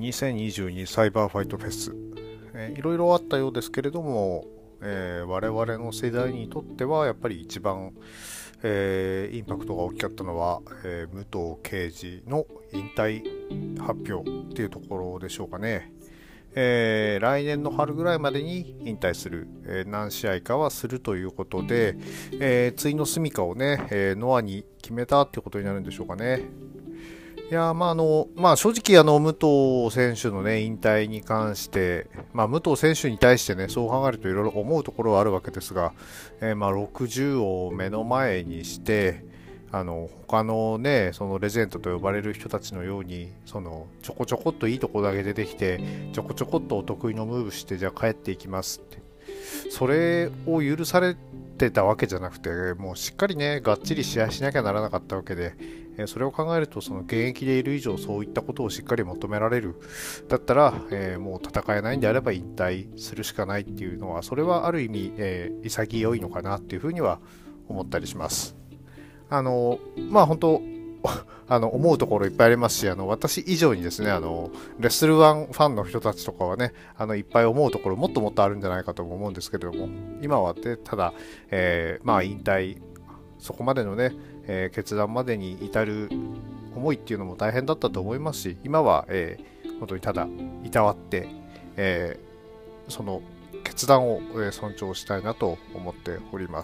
2022サイバーファイトフェス、いろいろあったようですけれども、我々の世代にとってはやっぱり一番、インパクトが大きかったのは、武藤敬司の引退発表っていうところでしょうかね。来年の春ぐらいまでに引退する、何試合かはするということで、ついの住処をね、ノアに決めたっていうことになるんでしょうかね。いや正直武藤選手のね引退に関して、武藤選手に対してねそう考えるといろいろ思うところはあるわけですが、60を目の前にして他のねそのレジェンドと呼ばれる人たちのようにそのちょこちょこっといいところだけ出てきてちょこちょこっとお得意のムーブしてじゃあ帰っていきますってそれを許されてたわけじゃなくてもうしっかりねがっちり試合しなきゃならなかったわけで、それを考えるとその現役でいる以上そういったことをしっかり求められるだったら、もう戦えないんであれば引退するしかないっていうのはそれはある意味、潔いのかなっていうふうには思ったりします。本当思うところいっぱいありますし私以上にですねレッスル1ファンの人たちとかはねいっぱい思うところもっともっとあるんじゃないかと思うんですけれども今はねただ、引退そこまでのね、決断までに至る思いっていうのも大変だったと思いますし今は、本当にただいたわって、その決断を、尊重したいなと思っております。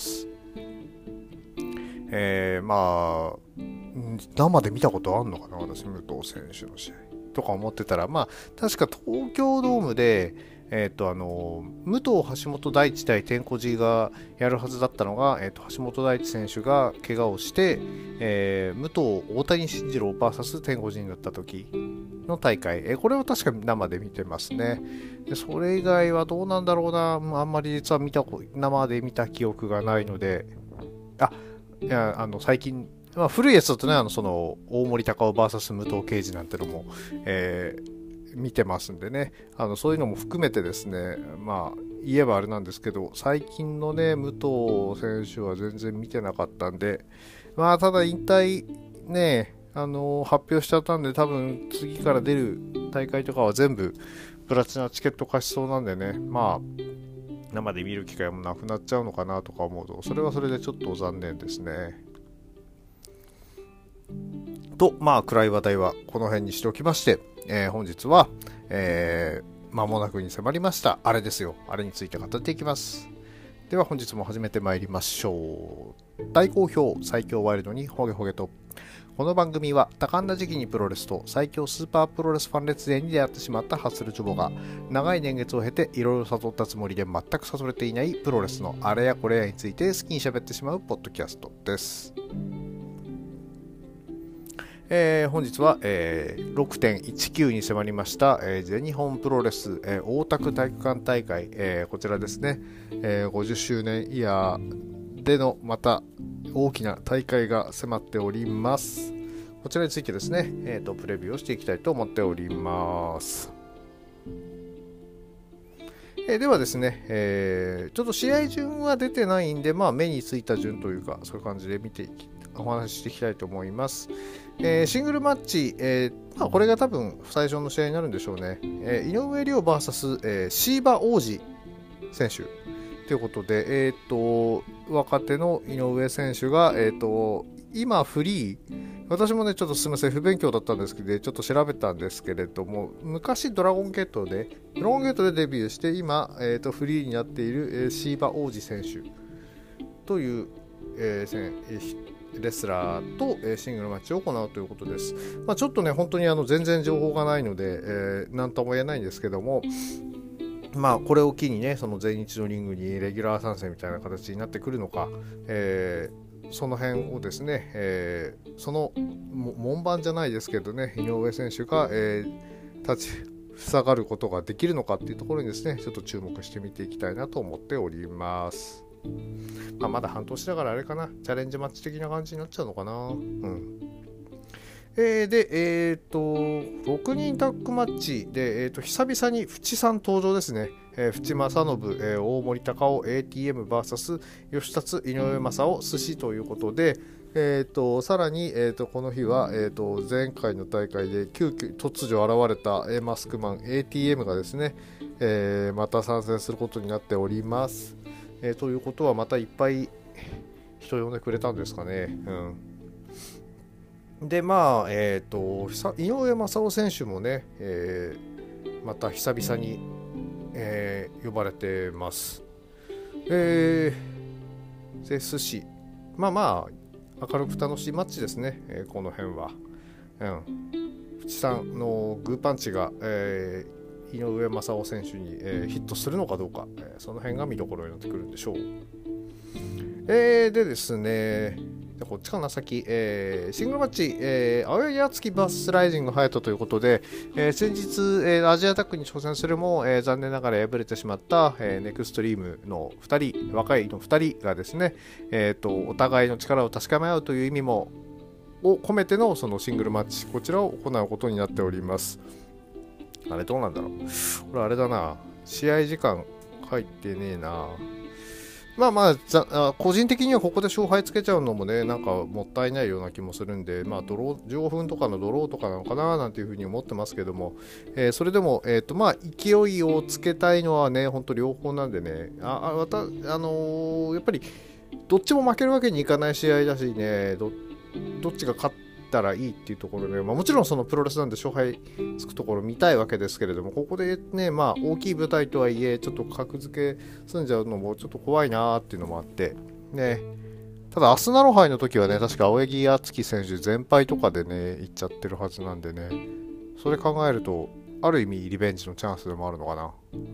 生で見たことあるのかな私武藤選手の試合とか思ってたら確か東京ドームで武藤橋本大地対天小寺がやるはずだったのが、橋本大地選手が怪我をして、武藤大谷慎次郎 VS 天小寺になった時の大会、これは確か生で見てますね。でそれ以外はどうなんだろうなあんまり実は生で見た記憶がないのでいや最近、古いやつだとねその大森隆夫 VS 武藤敬司なんてのも、見てますんでねそういうのも含めてですね言えばあれなんですけど最近のね武藤選手は全然見てなかったんでただ引退ね発表しちゃったんで多分次から出る大会とかは全部プラチナチケット貸しそうなんでね生で見る機会もなくなっちゃうのかなとか思うとそれはそれでちょっと残念ですね。と暗い話題はこの辺にしておきまして、本日は、間もなくに迫りましたあれですよあれについて語っていきます。では本日も始めてまいりましょう。大好評最強ワイルドにホゲホゲと。この番組は多感な時期にプロレスと最強スーパープロレスファン列伝に出会ってしまったハッスルチョボが長い年月を経ていろいろ悟ったつもりで全く悟れていないプロレスのあれやこれやについて好きに喋ってしまうポッドキャストです。本日は、6.19 に迫りました、全日本プロレス、大田区体育館大会、こちらですね、50周年イヤーでのまた大きな大会が迫っております。こちらについてですね、プレビューをしていきたいと思っております。ではですね、ちょっと試合順は出てないんで、目についた順というかそういう感じでお話ししていきたいと思います。シングルマッチ、これが多分最初の試合になるんでしょうね。井上涼 VS、シーバ王子選手ということで、若手の井上選手が、今フリー私もねちょっとすみません不勉強だったんですけどちょっと調べたんですけれども昔ドラゴンゲートでデビューして今、フリーになっている、シーバ王子選手という、レスラーと、シングルマッチを行うということです。ちょっとね本当に全然情報がないので何とも言えないんですけどもこれを機にねその全日のリングにレギュラー参戦みたいな形になってくるのか、その辺をですね、その門番じゃないですけどね井上選手が、立ち塞がることができるのかっていうところにですねちょっと注目してみていきたいなと思っております。まだ半年だからあれかなチャレンジマッチ的な感じになっちゃうのかな。 で、6人タッグマッチで、久々に淵さん登場ですね。淵正信、大森隆夫、ATMVS 吉達、井上正雄、寿司ということで、さらに、この日は、前回の大会で急遽突如現れた、マスクマン ATM がですね、また参戦することになっております。ということはまたいっぱい人呼んでくれたんですかね。で、まあ、井上正雄選手もね、また久々に、呼ばれてます。で、寿司。まあ、明るく楽しいマッチですね、この辺は。淵さんのグーパンチが、井上正雄選手に、ヒットするのかどうか、その辺が見どころになってくるんでしょう。でですね、こっちかな、先、シングルマッチ、青柳敦樹 VS ライジング隼人ということで、先日、アジアタックに挑戦するも、残念ながら敗れてしまった、ネクストリームの2人、若いの2人がですね、お互いの力を確かめ合うという意味もを込めてのそのシングルマッチ、こちらを行うことになっております。あれどうなんだろう、これあれだな、試合時間入ってねえな。個人的にはここで勝敗つけちゃうのもね、なんかもったいないような気もするんで、15分とかのドローとかなのかななんていうふうに思ってますけども、それでも、勢いをつけたいのはね、本当両方なんでね、やっぱりどっちも負けるわけにいかない試合だしね、どっちが勝ったらいいっていうところで、もちろんそのプロレスなんで勝敗つくところ見たいわけですけれども、ここでね、大きい舞台とはいえちょっと格付け済んじゃうのもちょっと怖いなーっていうのもあってね。ただアスナロ杯の時はね、確か青柳敦樹選手全敗とかでね行っちゃってるはずなんでね、それ考えるとある意味リベンジのチャンスでもあるのかな。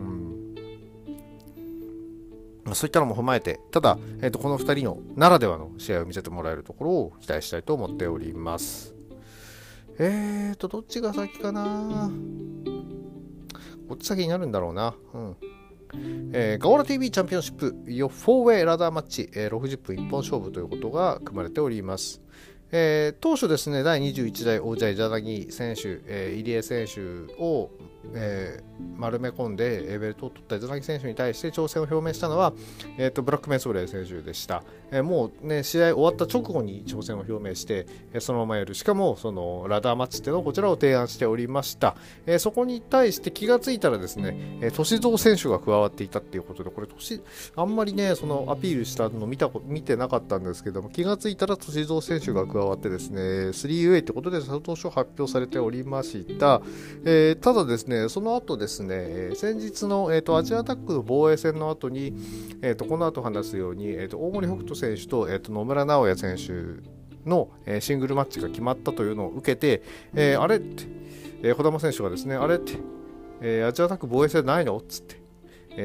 そういったのも踏まえて、ただ、この2人のならではの試合を見せてもらえるところを期待したいと思っております。どっちが先かな。こっち先になるんだろうな。ガオラ TV チャンピオンシップ4ウェイラダーマッチ、60分一本勝負ということが組まれております。当初ですね、第21代王者イザナギ選手、入江選手を、丸め込んでベルトを取ったイザナギ選手に対して挑戦を表明したのは、ブラックメンソーレイ選手でした。もうね、試合終わった直後に挑戦を表明して、そのままやる、しかもそのラダーマッチっていうのをこちらを提案しておりました。そこに対して気がついたらですね、歳三選手が加わっていたっていうことで、これあんまりねそのアピールしたの見てなかったんですけども、気がついたら歳三選手が加わってですね、3way ってことで佐藤賞発表されておりました。ただですね、その後ですね、先日の、アジアタックの防衛戦の後に、この後話すように、大森北斗選手と、野村直哉選手の、シングルマッチが決まったというのを受けて、あれって、児玉選手がですね、あれって、アジアタック防衛戦ないのっつって、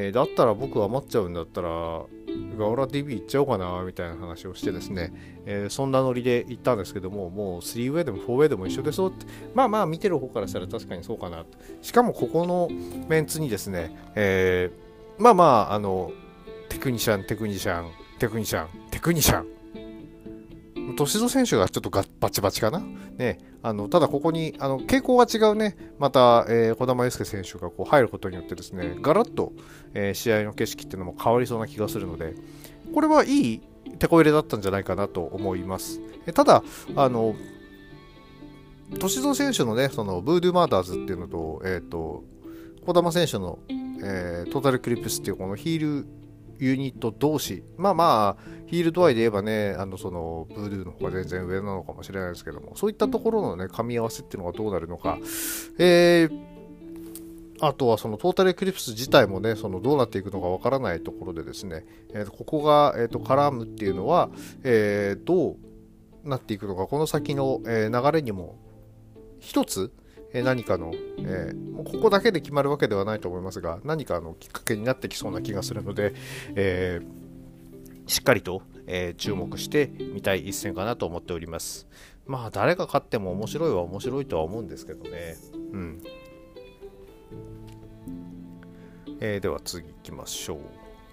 だったら僕は待っちゃうんだったらガオラ TV 行っちゃおうかなみたいな話をしてですね、そんなノリで行ったんですけども、もう 3way でも 4way でも一緒ですよって、見てる方からしたら確かにそうかな。しかもここのメンツにですね、テクニシャン歳三選手がちょっとバチバチかな、ね、ただここに傾向が違うね、また、児玉悠介選手がこう入ることによってですね、ガラッと、試合の景色っていうのも変わりそうな気がするので、これはいい手こ入れだったんじゃないかなと思います。ただ歳三選手のね、そのブードゥーマーダーズっていうのと、児玉選手の、トータルクリプスっていうこのヒールユニット同士、ヒール度合いで言えばね、そのブードゥーの方が全然上なのかもしれないですけども、そういったところのね、噛み合わせっていうのがどうなるのか、あとはそのトータルエクリプス自体もね、そのどうなっていくのかわからないところでですね、ここが、絡むっていうのは、どうなっていくのか、この先の、流れにも一つ何かの、ここだけで決まるわけではないと思いますが、何かのきっかけになってきそうな気がするので、しっかりと、注目してみたい一戦かなと思っております。誰が勝っても面白いは面白いとは思うんですけどね。では次行きましょ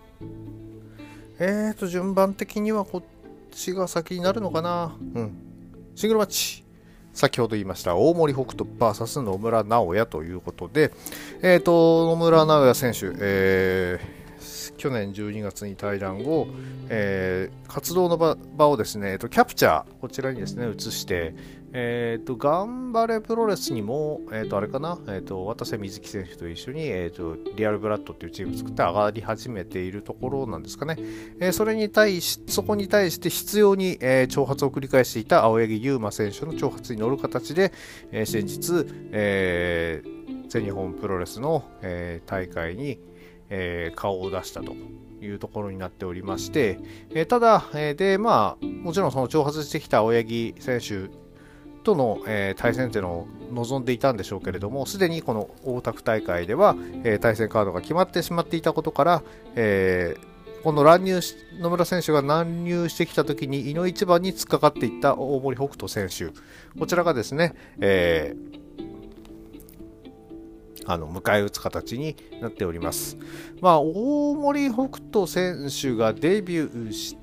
う。順番的にはこっちが先になるのかな。シングルマッチ。 先ほど言いました大森北斗 VS 野村直哉ということで、野村直哉選手、去年12月に退団後、活動の場をですね、キャプチャー、こちらにですね、移して、頑張れプロレスにも、あれかな、渡瀬瑞希選手と一緒に、リアルブラッドっていうチームを作って上がり始めているところなんですかね。そこに対して必要に、挑発を繰り返していた青柳優馬選手の挑発に乗る形で、先日、全日本プロレスの、大会に、顔を出したというところになっておりまして、ただ、もちろんその挑発してきた青柳選手との、対戦というのを望んでいたんでしょうけれども、すでにこの大田区大会では、対戦カードが決まってしまっていたことから、この野村選手が乱入してきたときに、井の一番に突っかかっていった大森北斗選手、こちらがですね、迎え撃つ形になっております。大森北斗選手がデビューして、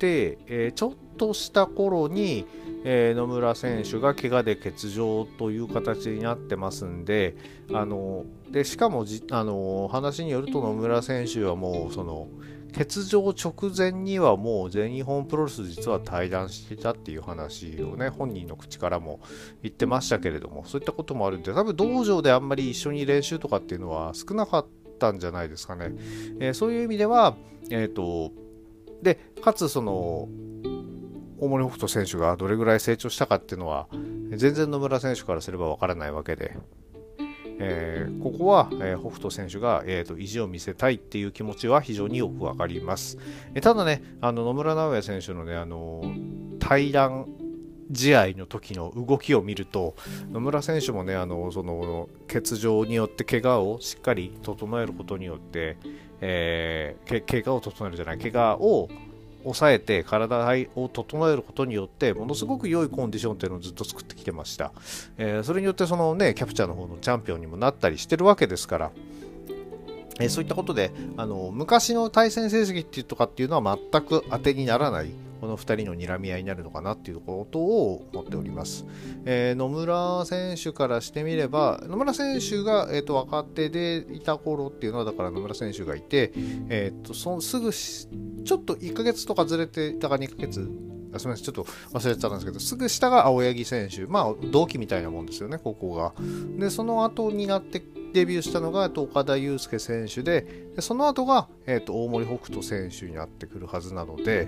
ちょっとした頃に、野村選手が怪我で欠場という形になってますんで、しかも話によると野村選手はもうその欠場直前にはもう全日本プロレス実は退団していたっていう話をね、本人の口からも言ってましたけれども、そういったこともあるんで、多分道場であんまり一緒に練習とかっていうのは少なかったんじゃないですかね。そういう意味では、でかつその大森北斗選手がどれぐらい成長したかっていうのは全然野村選手からすればわからないわけで、ここは、北斗選手が、意地を見せたいっていう気持ちは非常によくわかります。ただね、野村直哉選手のね、対談試合の時の動きを見ると、野村選手もね、その欠場によって怪我をしっかり整えることによって、怪我を抑えて体を整えることによってものすごく良いコンディションっていうのをずっと作ってきてました。それによってそのねキャプチャーの方のチャンピオンにもなったりしてるわけですから、そういったことで昔の対戦成績っていうのは全く当てにならない、この2人の睨み合いになるのかなっていうことを思っております。野村選手からしてみれば、野村選手が、若手でいた頃っていうのは、だから野村選手がいて、すぐちょっと1ヶ月とかずれて、だから2ヶ月、すみません、ちょっと忘れてたんですけど、すぐ下が青柳選手、同期みたいなもんですよね、ここが。で、その後になってデビューしたのが岡田祐介選手で、その後が、大森北斗選手になってくるはずなので、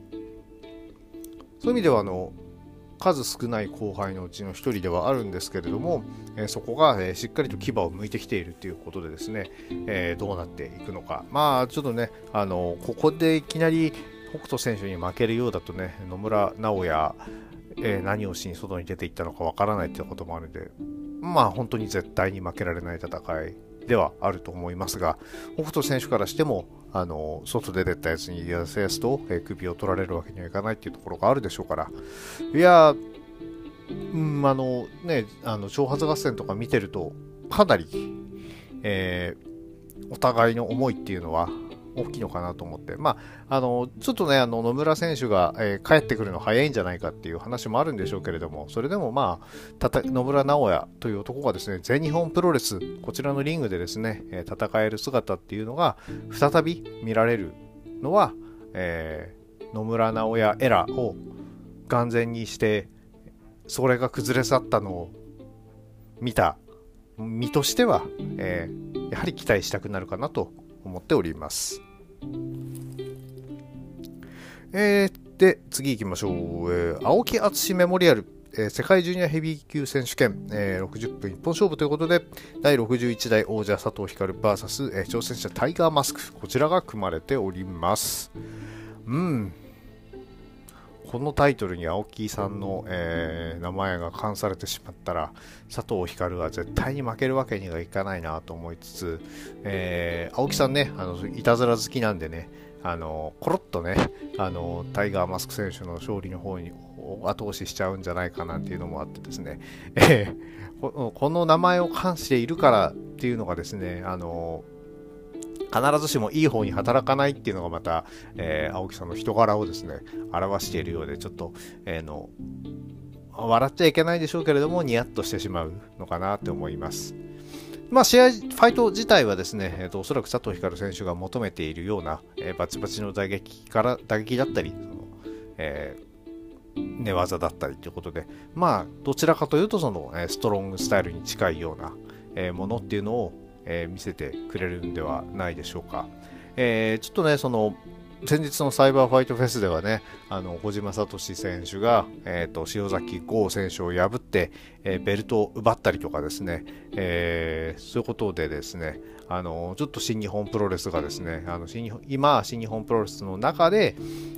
そういう意味では数少ない後輩のうちの一人ではあるんですけれども、そこが、しっかりと牙を向いてきているということでですね、どうなっていくのか。ちょっとね、ここでいきなり北斗選手に負けるようだとね、野村直哉、何をしに外に出ていったのかわからないということもあるので、本当に絶対に負けられない戦いではあると思いますが、北斗選手からしても外で出たやつにやすやすと、首を取られるわけにはいかないっていうところがあるでしょうから、いや挑発合戦とか見てるとかなり、お互いの思いっていうのは大きいのかなと思って、ちょっとね野村選手が、帰ってくるの早いんじゃないかっていう話もあるんでしょうけれども、それでも野村直哉という男がですね、全日本プロレスこちらのリングでですね、戦える姿っていうのが再び見られるのは、野村直哉エラーを眼前にしてそれが崩れ去ったのを見た身としては、やはり期待したくなるかなと思っております。で次行きましょう。青木淳メモリアル、世界ジュニアヘビー級選手権、60分一本勝負ということで、第61代王者佐藤光 VS、挑戦者タイガーマスク、こちらが組まれております。このタイトルに青木さんの、名前が冠されてしまったら佐藤光は絶対に負けるわけにはいかないなと思いつつ、青木さんねいたずら好きなんでね、コロッとねタイガーマスク選手の勝利の方に後押ししちゃうんじゃないかなっていうのもあってですね、この名前を冠しているからっていうのがですね必ずしもいい方に働かないっていうのがまた、青木さんの人柄をですね表しているようで、ちょっと、 笑っちゃいけないでしょうけれども、ニヤッとしてしまうのかなって思います。試合、ファイト自体はですね、おそらく佐藤光選手が求めているような、バチバチの打撃だったり、寝技だったりということで、どちらかというとストロングスタイルに近いような、ものっていうのを、見せてくれるんではないでしょうか。ちょっとね、先日のサイバーファイトフェスではね、小島聡選手が、塩崎豪選手を破って、ベルトを奪ったりとかですね、そういうことでですね、ちょっと新日本プロレスがですね、今、新日本プロレスの中で、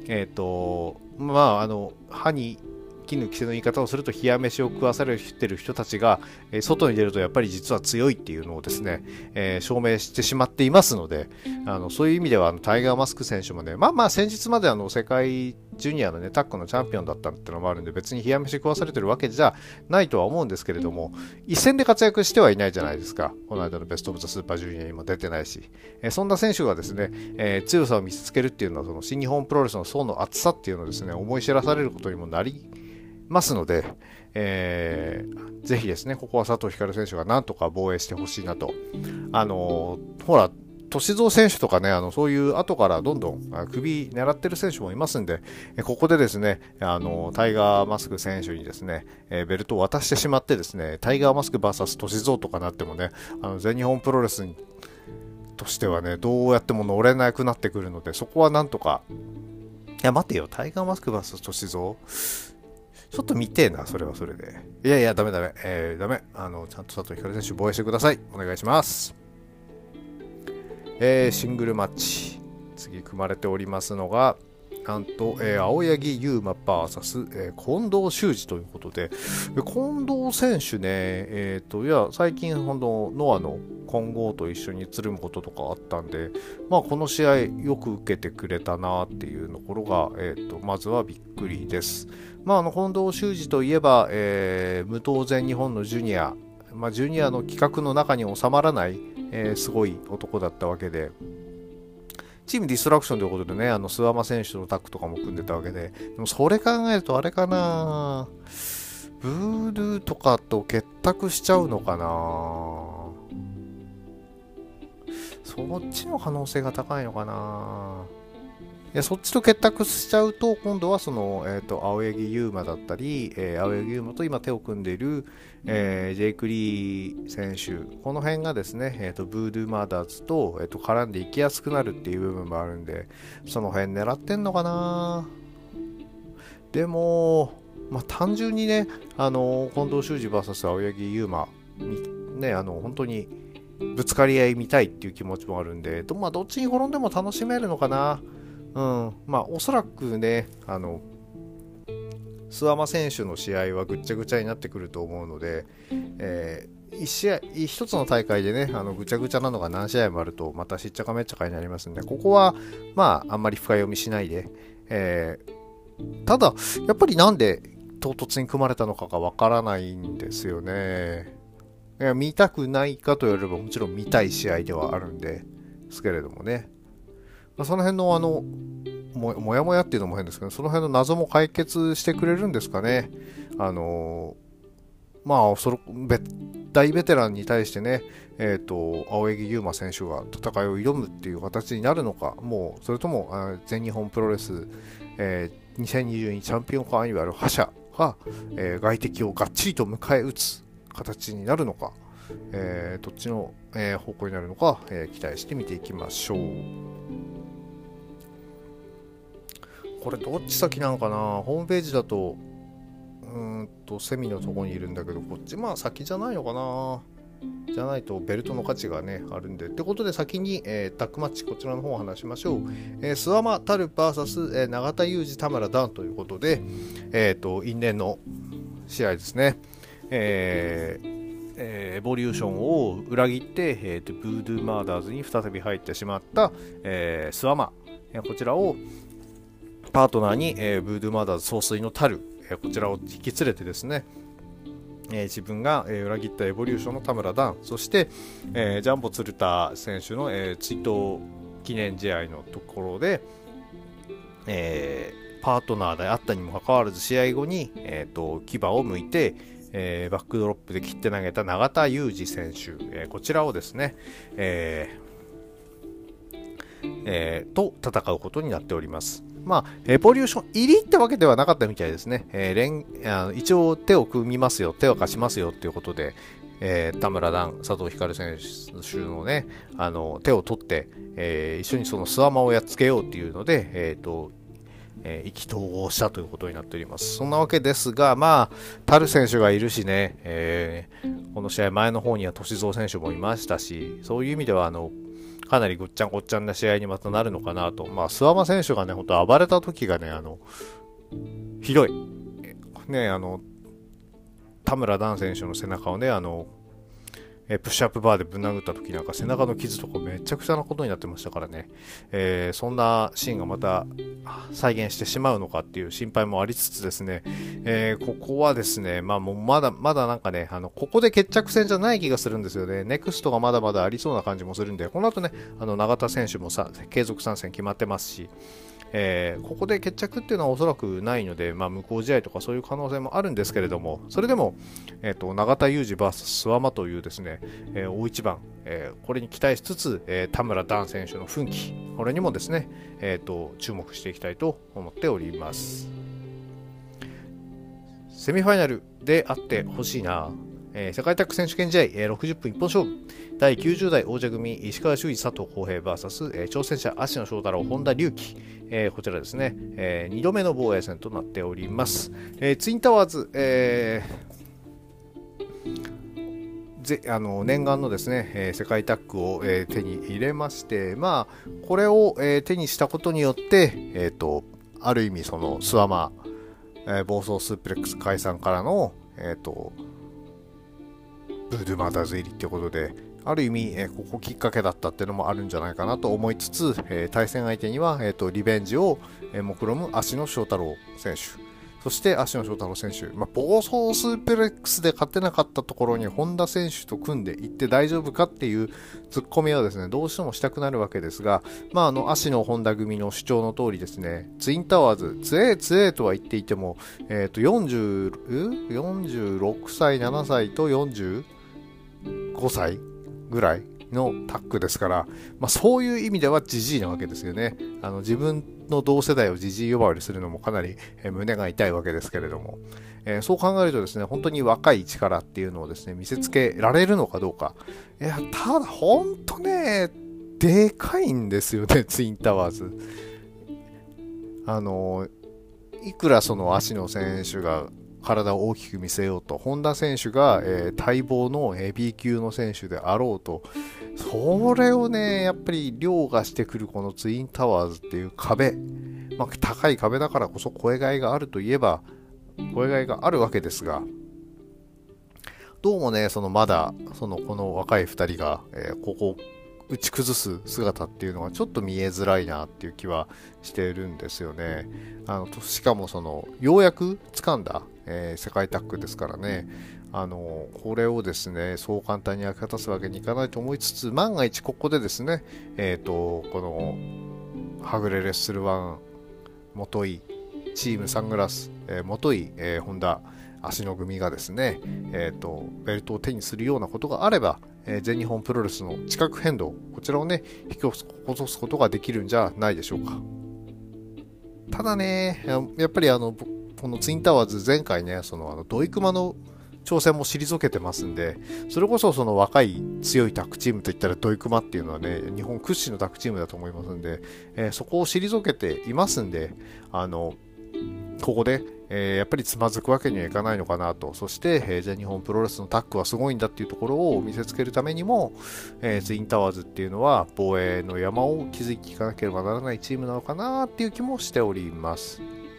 歯に絹着せの言い方をすると冷や飯を食わされてる人たちが、外に出るとやっぱり実は強いっていうのをですね、証明してしまっていますので、そういう意味ではタイガーマスク選手もね、先日まで世界ジュニアのねタッグのチャンピオンだったっていうのもあるんで、別に冷や飯食わされてるわけじゃないとは思うんですけれども、一戦で活躍してはいないじゃないですか。この間のベストオブザスーパージュニアにも出てないし、そんな選手がですね、強さを見せつけるっていうのは新日本プロレスの層の厚さっていうのをですね、思い知らされることにもなりますので、ぜひですね、ここは佐藤光選手がなんとか防衛してほしいなと。ほら、歳三選手とかね、そういう後からどんどん首狙ってる選手もいますんで、ここでですね、タイガーマスク選手にですね、ベルトを渡してしまってですね、タイガーマスク VS 歳三とかなってもね、全日本プロレスとしてはね、どうやっても乗れなくなってくるので、そこはなんとか、いや待てよ、タイガーマスク VS 歳三ちょっと見てえな、それはそれで。いやいや、ダメ。ダメ。ちゃんと佐藤光選手防衛してください。お願いします。シングルマッチ。次組まれておりますのが、なんと、青柳優馬 VS、近藤修司ということで、近藤選手ね、いや、最近、ノアの混合と一緒につるむこととかあったんで、この試合よく受けてくれたなっていうところが、まずはびっくりです。近藤修司といえば、無当全日本のジュニア、ジュニアの企画の中に収まらない、すごい男だったわけで、チームディストラクションということでね、諏訪間選手とのタッグとかも組んでたわけで、でもそれ考えるとあれかな、ブードゥーとかと結託しちゃうのかな、そっちの可能性が高いのかな。いや、そっちと結託しちゃうと、今度は青柳優馬だったり、青柳優馬と今手を組んでいる、ジェイク・リー選手、この辺がですね、ブードゥーマーダーズと、絡んでいきやすくなるっていう部分もあるんで、その辺狙ってんのかな。でも、単純にね、近藤修司 VS 青柳優馬、ね、本当にぶつかり合い見たいっていう気持ちもあるんで、どっちに転んでも楽しめるのかな。おそらくね、諏訪間選手の試合はぐっちゃぐちゃになってくると思うので、一つの大会でね、ぐちゃぐちゃなのが何試合もあると、またしっちゃかめっちゃかになりますんで、ここは、あんまり深読みしないで、ただ、やっぱりなんで唐突に組まれたのかがわからないんですよね。見たくないかと言われれば、もちろん見たい試合ではあるんですけれどもね。その辺のもやもやっていうのも変ですけど、その辺の謎も解決してくれるんですかね。大ベテランに対してね、青柳優馬選手が戦いを挑むっていう形になるのか、それとも全日本プロレス、2022チャンピオンカーアニバル覇者が、外敵をがっちりと迎え撃つ形になるのか、どっちの、方向になるのか、期待して見ていきましょう。これどっち先なのかな。ホームページだとセミのとこにいるんだけど、こっち先じゃないのかな。じゃないとベルトの価値がねあるんで、ってことで先に、タッグマッチこちらの方を話しましょう。諏訪間タル VS、永田裕二田村ダンということで、因縁の試合ですね。エボリューションを裏切って、ブードゥーマーダーズに再び入ってしまった、諏訪間、こちらをパートナーに、ブードゥーマーダーズ総帥のタル、こちらを引き連れてですね、自分が、裏切ったエボリューションの田村ダン、そして、ジャンボ鶴田選手の、追悼記念試合のところで、 パートナーであったにもかかわらず、試合後に、牙を向いて、バックドロップで切って投げた永田裕二選手、こちらをですね、と戦うことになっております。エボリューション入りってわけではなかったみたいですね。一応手を組みますよ、手を貸しますよっていうことで、田村段、佐藤光選手のね、手を取って、一緒にそのスワマをやっつけようっていうので、意気投合したということになっております。そんなわけですが、タル選手がいるしね、この試合前の方には歳三選手もいましたし、そういう意味ではかなりぐっちゃんこっちゃんな試合にまたなるのかなと。諏訪間選手がね、本当暴れた時がね、ひどい。ね、田村段選手の背中をね、プッシュアップバーでぶん殴った時なんか背中の傷とかめちゃくちゃなことになってましたからね、そんなシーンがまた再現してしまうのかっていう心配もありつつですね、ここはですね、もうまだなんかね、ここで決着戦じゃない気がするんですよね。ネクストがまだまだありそうな感じもするんで、この後ね、永田選手も継続参戦決まってますし、ここで決着っていうのはおそらくないので、無効試合とかそういう可能性もあるんですけれども、それでも、永田裕二 VS 諏訪間というですね、大一番、これに期待しつつ、田村段選手の奮起、これにもですね、注目していきたいと思っております。セミファイナルであってほしいな。世界タッグ選手権試合、60分一本勝負第90代王者組石川修司佐藤浩平 VS、挑戦者芦野翔太郎本田隆起、こちらですね、2度目の防衛戦となっております。ツインタワーズ、念願のですね、世界タッグを、手に入れまして、これを、手にしたことによって、ある意味そのスワマ、暴走スープレックス解散からの、ブードゥマーダーズ入りということで、ある意味、ここきっかけだったっていうのもあるんじゃないかなと思いつつ、対戦相手には、リベンジを、目論む芦野翔太郎選手、そして芦野翔太郎選手、暴走スープレックスで勝てなかったところに本田選手と組んでいって大丈夫かっていうツッコミはですね、どうしてもしたくなるわけですが、芦野本田組の主張の通りですね、ツインタワーズ、強えとは言っていても、46歳、7歳と45歳ぐらいのタッグですから、そういう意味ではジジイなわけですよね。自分の同世代をジジイ呼ばわりするのもかなり、胸が痛いわけですけれども、そう考えるとですね、本当に若い力っていうのをですね、見せつけられるのかどうか。ただ本当ね、でかいんですよね、ツインタワーズ。いくらその芦野選手が体を大きく見せようと、本田選手が、待望の B 級の選手であろうと、それをね、やっぱり凌駕してくるこのツインタワーズっていう壁、高い壁だからこそ声がいがあるといえば、声がいがあるわけですが、どうもね、まだ、この若い2人が、ここを打ち崩す姿っていうのはちょっと見えづらいなっていう気はしているんですよね。しかもようやく掴んだ、世界タッグですからね、これをですね、そう簡単に明け渡すわけにいかないと思いつつ、万が一ここでですね、このはぐれレッスル1元井チームサングラス、元井、本田芦野組がですね、ベルトを手にするようなことがあれば、全日本プロレスの地殻変動、こちらをね、引き起こすことができるんじゃないでしょうか。ただね、やっぱりこのツインタワーズ前回ね、ドイクマの挑戦も退けてますんで、それこそ若い強いタッグチームといったらドイクマっていうのはね、日本屈指のタッグチームだと思いますんで、そこを退けていますんで、ここで、やっぱりつまずくわけにはいかないのかなと。そして、全日本プロレスのタッグはすごいんだっていうところを見せつけるためにも、ツインタワーズっていうのは防衛の山を築いていかなければならないチームなのかなっていう気もしております。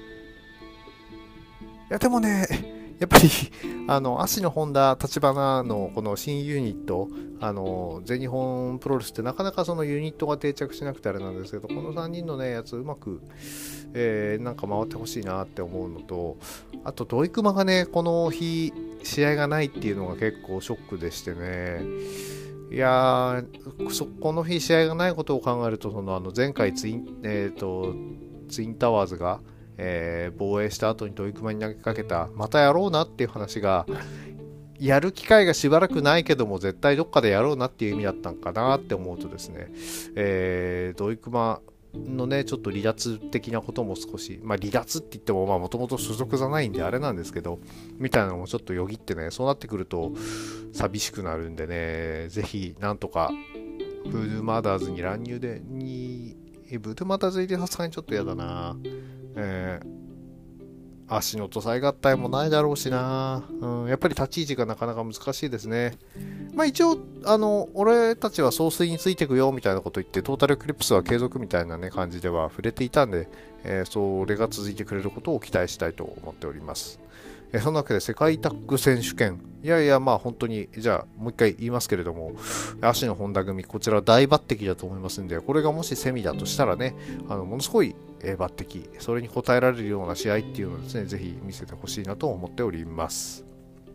いやでもね、やっぱり芦野本田立花のこの新ユニット、全日本プロレスってなかなかそのユニットが定着しなくてあれなんですけど、この3人のねやつうまく、なんか回ってほしいなって思うのと、あとドイクマがねこの日試合がないっていうのが結構ショックでしてね、いやー、この日試合がないことを考えると、前回ツインタワーズが防衛した後に土井熊に投げかけた、またやろうなっていう話が、やる機会がしばらくないけども絶対どっかでやろうなっていう意味だったんかなって思うとですね、土井熊のねちょっと離脱的なことも少し、離脱って言ってももともと所属じゃないんであれなんですけど、みたいなのもちょっとよぎってね、そうなってくると寂しくなるんでね、ぜひなんとかブードゥーマダーズに乱入でブードゥーマダーズでさすがにちょっと嫌だな。足の土佐合体もないだろうしな、やっぱり立ち位置がなかなか難しいですね。一応俺たちは総帥についていくよみたいなこと言って、トータルエクリプスは継続みたいなね感じでは触れていたんで、それが続いてくれることを期待したいと思っております。そんなわけで世界タッグ選手権、本当に、じゃあもう一回言いますけれども、足の本田組、こちら大抜擢だと思いますんで、これがもしセミだとしたらね、ものすごい抜擢、それに応えられるような試合っていうのをですね、ぜひ見せてほしいなと思っております。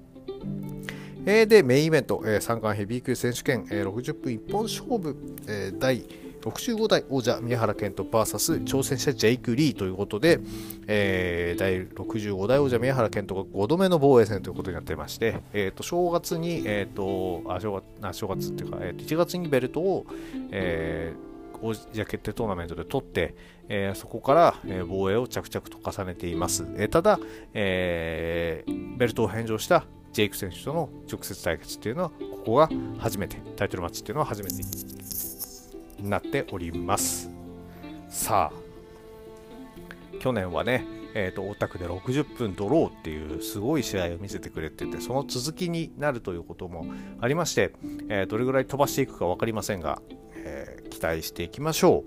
で、メインイベント、三冠ヘビー級選手権、60分一本勝負、第65代王者宮原健人 VS 挑戦者ジェイク・リーということで、第65代王者宮原健人が5度目の防衛戦ということになっていまして、正月に、正月っていうか、1月にベルトを、王者決定トーナメントで取って、そこから、防衛を着々と重ねています。ただ、ベルトを返上したジェイク選手との直接対決っていうのはここが初めて、タイトルマッチっていうのは初めてになっております。さあ去年はね、大田区で60分ドローっていうすごい試合を見せてくれてて、その続きになるということもありまして、どれぐらい飛ばしていくか分かりませんが、期待していきましょ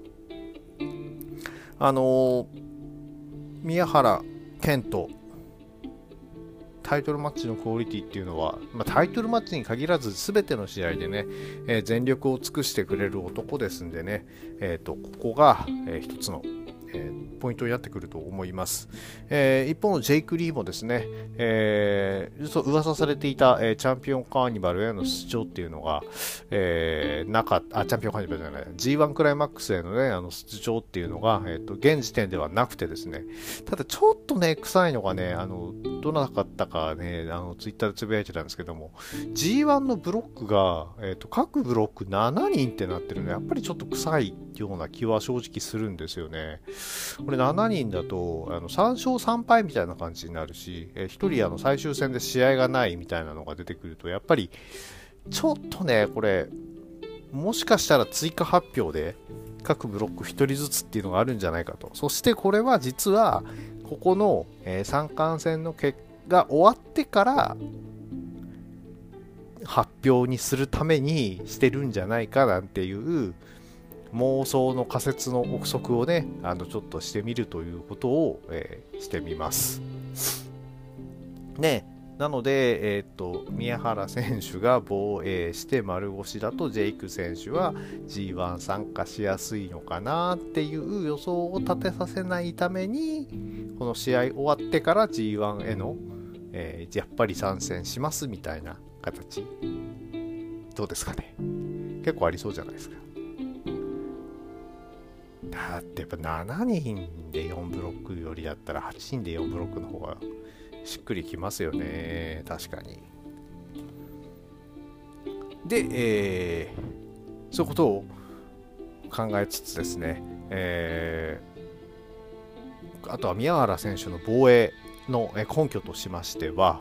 う。宮原健人タイトルマッチのクオリティっていうのは、タイトルマッチに限らず全ての試合でね、全力を尽くしてくれる男ですんでね、ここが、一つの、ポイントになってくると思います。一方のジェイク・リーもですね、噂されていた、チャンピオンカーニバルへの出場っていうのが、チャンピオンカーニバルじゃない、G1 クライマックスへのね、出場っていうのが、現時点ではなくてですね、ただちょっとね、臭いのがね、どなかったかね、ツイッターでつぶやいてたんですけども、G1 のブロックが、各ブロック7人ってなってるので、やっぱりちょっと臭いような気は正直するんですよね。これ7人だと3勝3敗みたいな感じになるし、1人最終戦で試合がないみたいなのが出てくると、やっぱりちょっとね、これもしかしたら追加発表で各ブロック1人ずつっていうのがあるんじゃないかと。そしてこれは実はここの、三冠戦の結果が終わってから発表にするためにしてるんじゃないかなんていう妄想の仮説の憶測をね、ちょっとしてみるということを、してみます。ね、なので、宮原選手が防衛して丸腰だとジェイク選手は G1 参加しやすいのかなっていう予想を立てさせないために、この試合終わってから G1 への、やっぱり参戦しますみたいな形、どうですかね。結構ありそうじゃないですか。だってやっぱ7人で4ブロックよりだったら8人で4ブロックの方がしっくりきますよね。確かに。で、そういうことを考えつつですね、あとは宮原選手の防衛の根拠としましては、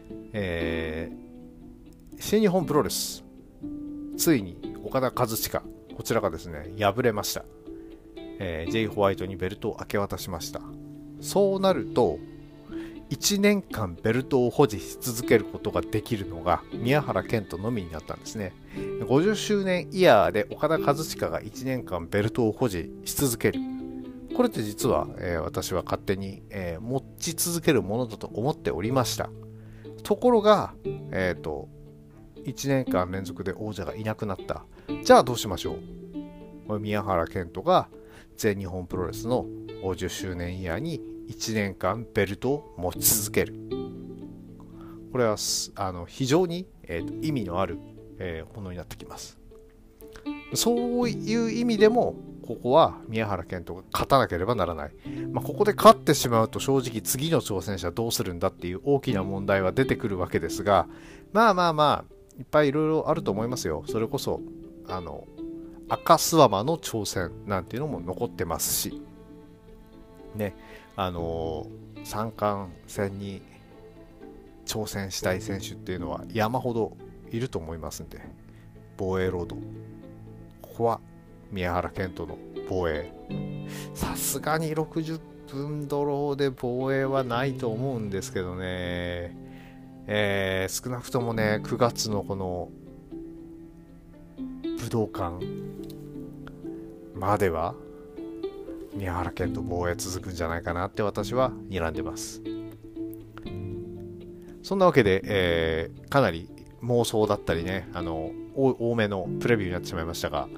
新日本プロレス、ついに岡田和親、こちらがですね、敗れました。J ホワイトにベルトを明け渡しました。そうなると1年間ベルトを保持し続けることができるのが宮原健人のみになったんですね。50周年イヤーで岡田和親が1年間ベルトを保持し続ける、これって実は、私は勝手に、持ち続けるものだと思っておりました。ところが、1年間連続で王者がいなくなった。じゃあどうしましょう。宮原健人が全日本プロレスの50周年イヤーに1年間ベルトを持ち続ける。これは非常に、意味のある、ものになってきます。そういう意味でもここは宮原健人が勝たなければならない。ここで勝ってしまうと正直次の挑戦者どうするんだっていう大きな問題は出てくるわけですが、いっぱいいろいろあると思いますよ。それこそ赤諏訪間の挑戦なんていうのも残ってますしね、三冠戦に挑戦したい選手っていうのは山ほどいると思いますんで、防衛ロード、ここは宮原健人の防衛、さすがに60分ドローで防衛はないと思うんですけどね、少なくともね9月のこの武道館までは宮原健人防衛続くんじゃないかなって私は睨んでます。そんなわけで、かなり妄想だったりね、多めのプレビューになってしまいましたが、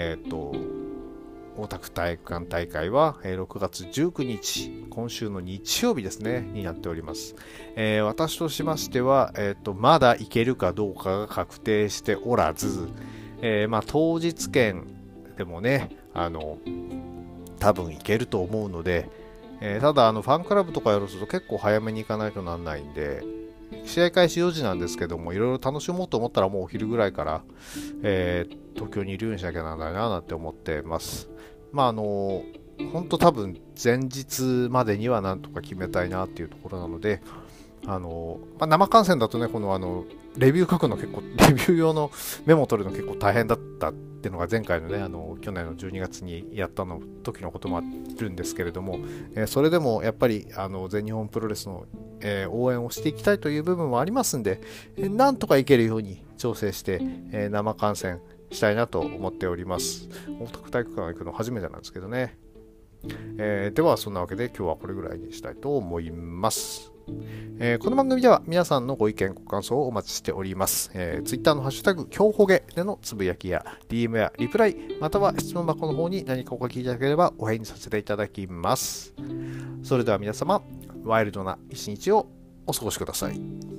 大田区体育館大会は、6月19日、今週の日曜日ですね、になっております。私としましては、まだ行けるかどうかが確定しておらず、当日券でもね、多分行けると思うので、ただファンクラブとかやると結構早めに行かないとなんないんで、試合開始4時なんですけども、いろいろ楽しもうと思ったらもうお昼ぐらいから、東京にいるようにしなきゃならないななんて思ってます。本当多分前日までにはなんとか決めたいなっていうところなので、生観戦だとね、このレビュー書くの結構、レビュー用のメモを取るの結構大変だったっていうのが前回のね、去年の12月にやった時のこともあるんですけれども、それでもやっぱり全日本プロレスの、応援をしていきたいという部分もありますんで、なんとかいけるように調整して、生観戦したいなと思っております。大田区体育館行くの初めてなんですけどね。ではそんなわけで今日はこれぐらいにしたいと思います。この番組では皆さんのご意見ご感想をお待ちしております。Twitter のハッシュタグ今日ほげでのつぶやきや DM やリプライまたは質問箱の方に何かお書きいただければお返事させていただきます。それでは皆様ワイルドな一日をお過ごしください。